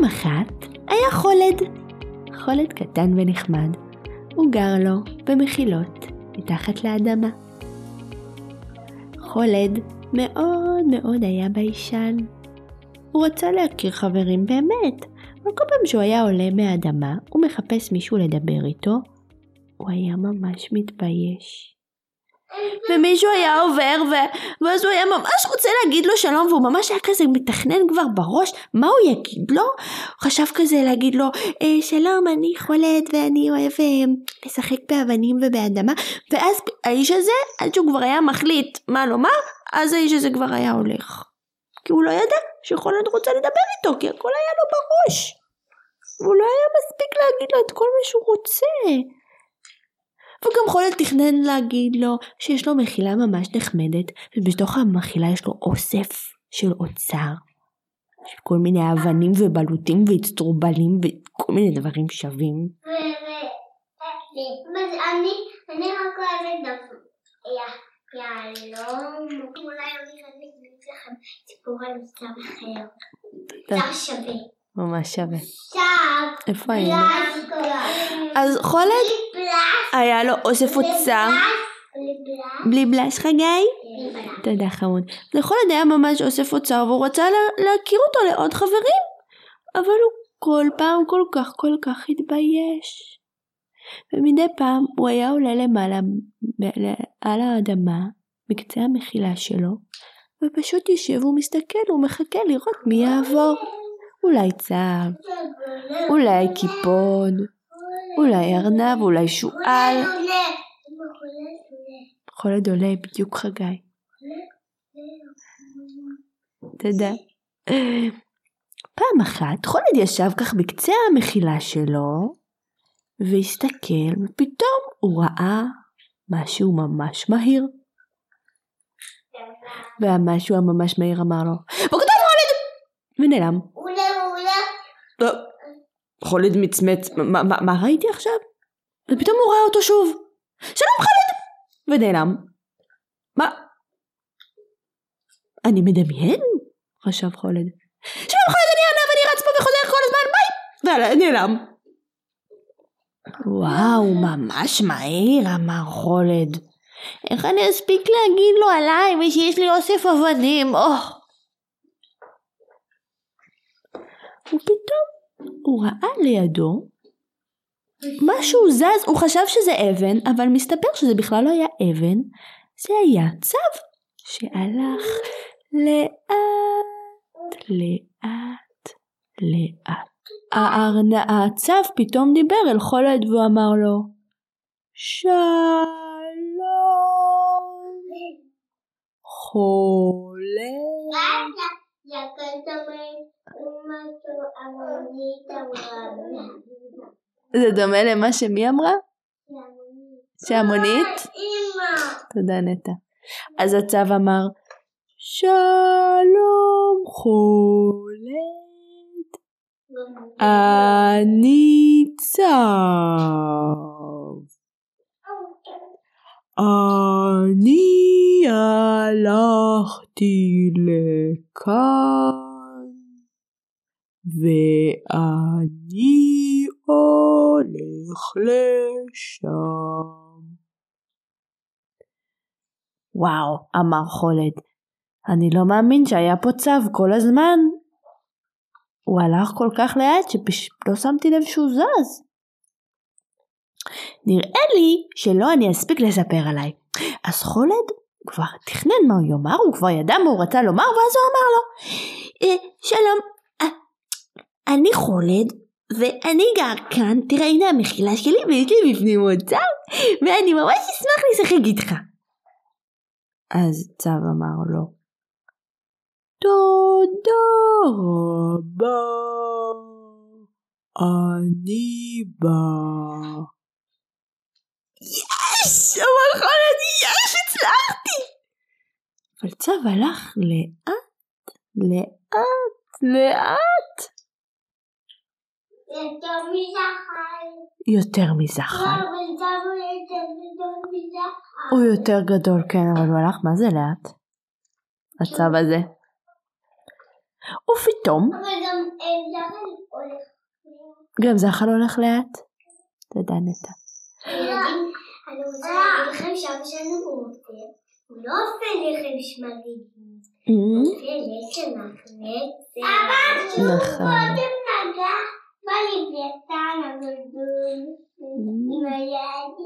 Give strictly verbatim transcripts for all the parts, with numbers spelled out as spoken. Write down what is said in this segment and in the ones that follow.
אחת היה חולד. חולד קטן ונחמד. הוא גר לו במחילות מתחת לאדמה. חולד מאוד מאוד היה ביישן. הוא רצה להכיר חברים באמת, אבל כל פעם שהוא היה עולה מהאדמה ומחפש מישהו לדבר איתו, הוא היה ממש מתבייש. ומישהו היה עובר ו... ואז הוא היה ממש רוצה להגיד לו שלום, והוא ממש היה כזה מתכנן כבר בראש מה הוא יגיד לו. הוא חשב כזה להגיד לו אה, שלום, אני חולד ואני אוהב אה, לשחק באבנים ובאדמה, ואז האיש הזה, עד שהוא כבר היה מחליט מה לומר, אז האיש הזה כבר היה הולך, כי הוא לא ידע שחולד רוצה לדבר איתו, כי הכל היה לו בראש, והוא לא היה מספיק להגיד לו את כל מה שהוא רוצה. וגם חולד תכנן להגיד לו שיש לו מחילה ממש נחמדת, ובתוך המחילה יש לו אוסף של אוצר, של כל מיני אבנים ובלוטים והצטרובלים וכל מיני דברים שווים. אני רק אוהבת יעלום, אולי אני אגיד לכם סיפור על אוצר אחר. אוצר שווה. ממש שווה. שווה. איפה היינו? אז חולד היה לו אוסף אוצר. בלי בלש חגי? תודה חמוד. לחולד היה ממש אוסף אוצר, והוא רצה להכיר אותו לעוד חברים, אבל הוא כל פעם כל כך כל כך התבייש. ומדי פעם הוא היה עולה למעלה על האדמה בקצה המחילה שלו, ופשוט יושב ומסתכל ומחכה לראות מי יעבור. אולי צב, אולי קיפוד, אולי ארנב, אולי שואל. חולד עולה, בדיוק חגי. תודה. פעם אחת חולד ישב כך בקצה המחילה שלו והסתכל, ופתאום הוא ראה משהו ממש מהיר. והמשהו הממש מהיר אמר לו בוקר טוב חולד, ונעלם. לא, חולד מצמץ, מה, מה, מה ראיתי עכשיו? ופתאום הוא ראה אותו שוב. שלום חולד, ונעלם. מה? אני מדמיין? חשב חולד. שלום חולד, אני ענה ואני רץ פה וחוזר כל הזמן, ביי. ונעלם. וואו, ממש מהיר, אמר חולד. איך אני אספיק להגיד לו עליי ושיש לי אוסף אבנים? אוח. ופתאום הוא ראה לידו משהו זז. הוא חשב שזה אבן, אבל מסתבר שזה בכלל לא היה אבן, זה היה צב שהלך לאט לאט לאט. הצב פתאום דיבר אל חולד והוא אמר לו שלום חולד. זה דומה למה שמי אמרה? שהמונית? תודה נטע. אז הצב אמר שלום חולד, אני צב, אני הלכתי לכאן ואני הולך לשם. וואו, אמר חולד, אני לא מאמין שהיה פה צב כל הזמן. הוא הלך כל כך לאט שפשוט לא שמתי לב שהוא זז. נראה לי שלא אני אספיק לספר עליי. אז חולד כבר תכנן מה הוא יאמר, הוא כבר ידע מה הוא רצה לומר, ואז הוא אמר לו שלום, אני חולד ואני גר כאן, תראה הנה המחילה שלי ויש לי בפנים אוצר ואני ממש אשמח לשחק איתך. אז צב אמר לו תודה רבה, אני בא. יש! אמר חולד, יש! הצלחתי! אבל צב הלך לאט, לאט, לאט. יותר מזחל. יותר מזחל. הוא יותר גדול, כן, אבל הוא הלך מה זה לאט? הצב הזה. ופתאום אבל גם זחל הולך. גם זחל הולך לאט. תודה נטע. ילדים, אני רוצה להגיד לכם שאבא שלנו הוא אופה. הוא לא אופה לחם שמרידים. הוא אופה לחם מחמצת. אבא שהוא קודם נגע בלוויתן הגדול. עם היד.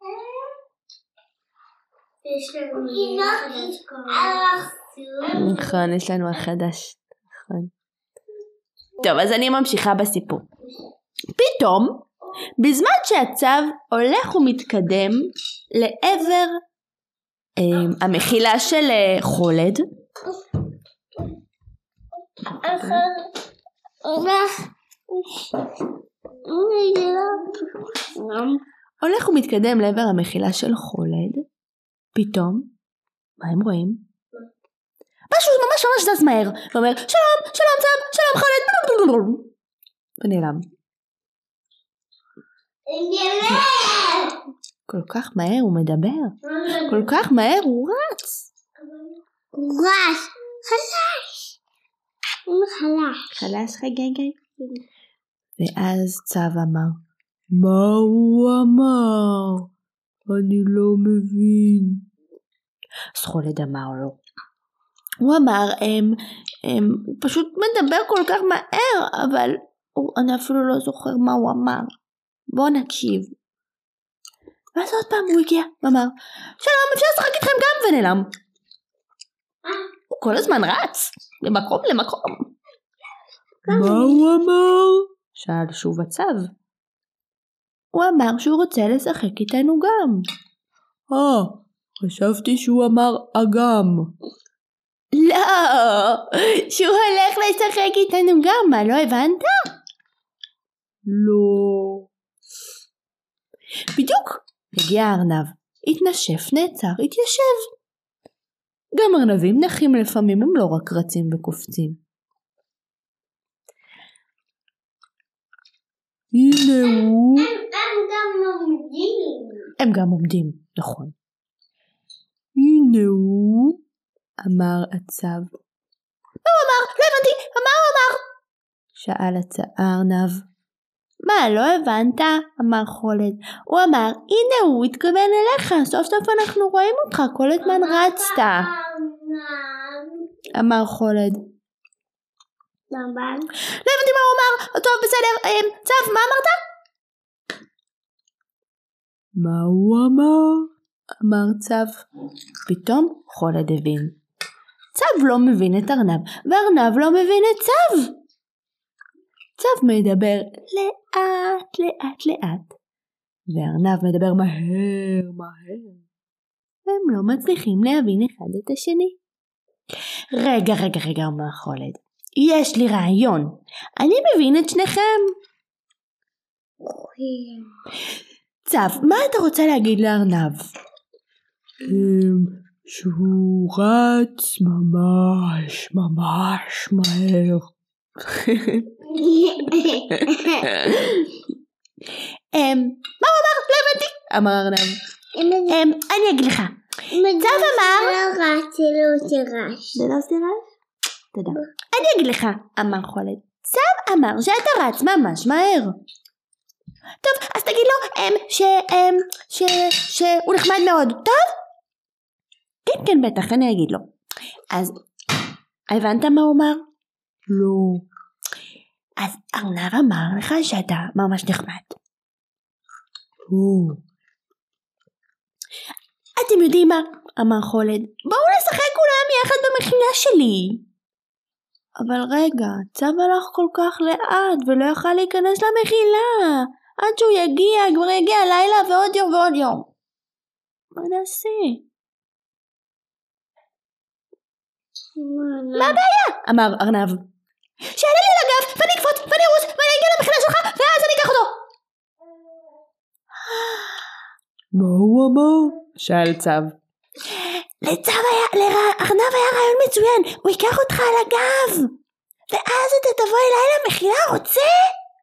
יש לנו חדש קוראים. נכון, יש לנו החדש. נכון. טוב, אז אני ממשיכה בסיפור. פתאום, בזמן שהצב הולך ומתקדם לעבר אה, המחילה של אה, חולד, הולך ומתקדם לעבר המחילה של חולד, פתאום, מה הם רואים? משהו ממש ממש זז מהר, ואומר שלום, שלום צב, שלום חולד, ונעלם. כל כך מהר הוא מדבר, כל כך מהר הוא רץ. הוא רץ, חלש. הוא חלש. חלש חגגי. ואז צב אמר, מה הוא אמר? אני לא מבין. אז חולד אמר לו, הוא אמר, הם, הם, הוא פשוט מדבר כל כך מהר, אבל הוא, אני אפילו לא זוכר מה הוא אמר. בואו נקשיב. ואז עוד פעם הוא הגיע ואמר, שלום, אפשר לשחק איתכם גם, ונעלם. הוא כל הזמן רץ, למקום למקום. מה הוא אמר? שאל שוב הצב. הוא אמר שהוא רוצה לשחק איתנו גם. אה, חשבתי שהוא אמר אגם. לא, שהוא הולך לשחק איתנו גם, מה לא הבנת? לא. בדיוק, הגיע הארנב, התנשף, נעצר, התיישב. גם ארנבים נחים לפעמים, הם לא רק רצים וקופצים. הנה הוא. הם גם עומדים. הם גם עומדים, נכון. הנה הוא, אמר הצב. מה הוא אמר? לא הבנתי, מה הוא אמר? שאל הארנב. מה, לא הבנת? אמר חולד. הוא אמר, הנה הוא התכוון אליך, סוף סוף אנחנו רואים אותך, כל הזמן רצת. אמר חולד. לא הבנתי מה הוא אמר, טוב בסדר, צב, מה אמרת? מה הוא אמר? אמר צב. פתאום חולד הבין. צב לא מבין את ארנב, וארנב לא מבין את צב. צב מדבר לאט לאט לאט, וארנב מדבר מהר מהר, והם לא מצליחים להבין אחד את השני. רגע רגע רגע אמר חולד, יש לי רעיון, אני מבין את שניכם. צב, מה אתה רוצה להגיד לארנב? שהוא רץ ממש ממש מהר. מה הוא אמר? לא הבנתי, אמר ארנב. אני אגיד לך, צב אמר תודה. אני אגיד לך, אמר חולד, צב אמר שאתה רץ ממש מהר. טוב, אז תגיד לו שהוא נחמד מאוד, טוב? כן כן בטח, אני אגיד לו. אז הבנת מה הוא אמר? לא. אז ארנב אמר לך שאתה ממש נחמד. או. אתם יודעים מה? אמר חולד. בואו נשחק כולם יחד במחילה שלי. אבל רגע, צב הלך כל כך לאט ולא יכל להיכנס למחילה. עד שהוא יגיע, כבר יגיע לילה ועוד יום ועוד יום. מה נעשה? מה הבעיה? אמר ארנב. שיעלה לי על הגב ואני אקפוץ ואני ארוץ ואני אגיע למחילה שלך ואז אני אקח אותו. מה הוא אמר? שאל צב. לצב היה, לארנב היה רעיון מצוין, הוא ייקח אותך על הגב ואז אתה תבוא אליי למחילה, רוצה?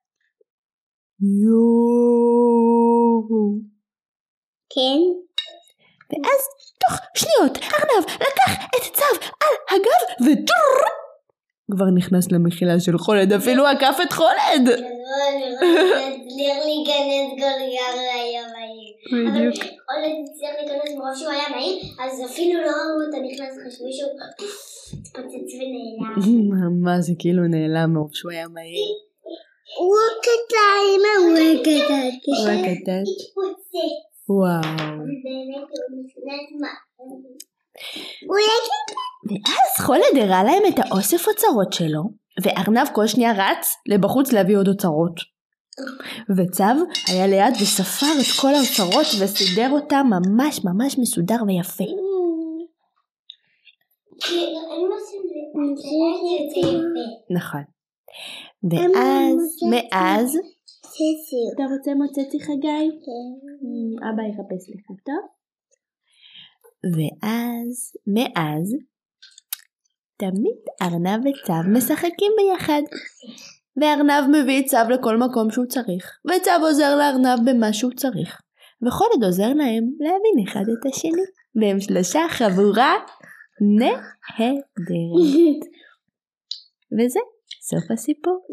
יואו. כן. ואז תוך שניות ארנב לקח את צב על הגב ודור כבר נכנס למחילה של חולד, אפילו עקף את חולד. הצליח להיכנס גולגר ליום מהיר. בדיוק. חולד הצליח להיכנס מרוב שהוא היה מהיר, אז אפילו לא ראו אותו נכנס, חשבו שהוא התפוצץ ונעלם. מה זה כאילו נעלם מרוב שהוא היה מהיר? הוא קטן, הוא קטן. הוא קטן. התפוצץ. וואו. באמת הוא נכנס מה. ואז חולד הראה להם את האוסף אוצרות שלו, וארנב כל שנייה רץ לבחוץ להביא עוד אוצרות. וצב היה ליד וספר את כל האוצרות וסידר אותם ממש ממש מסודר ויפה. נכון. ואז, מאז, אתה רוצה מוצצי חגי? אבא יחפש לך, טוב? ואז, מאז, תמיד ארנב וצב משחקים ביחד. וארנב מביא צב לכל מקום שהוא צריך, וצב עוזר לארנב במה שהוא צריך, וחולד עוזר להם להבין אחד את השני, והם שלושה חבורה נהדרת. וזה סוף הסיפור.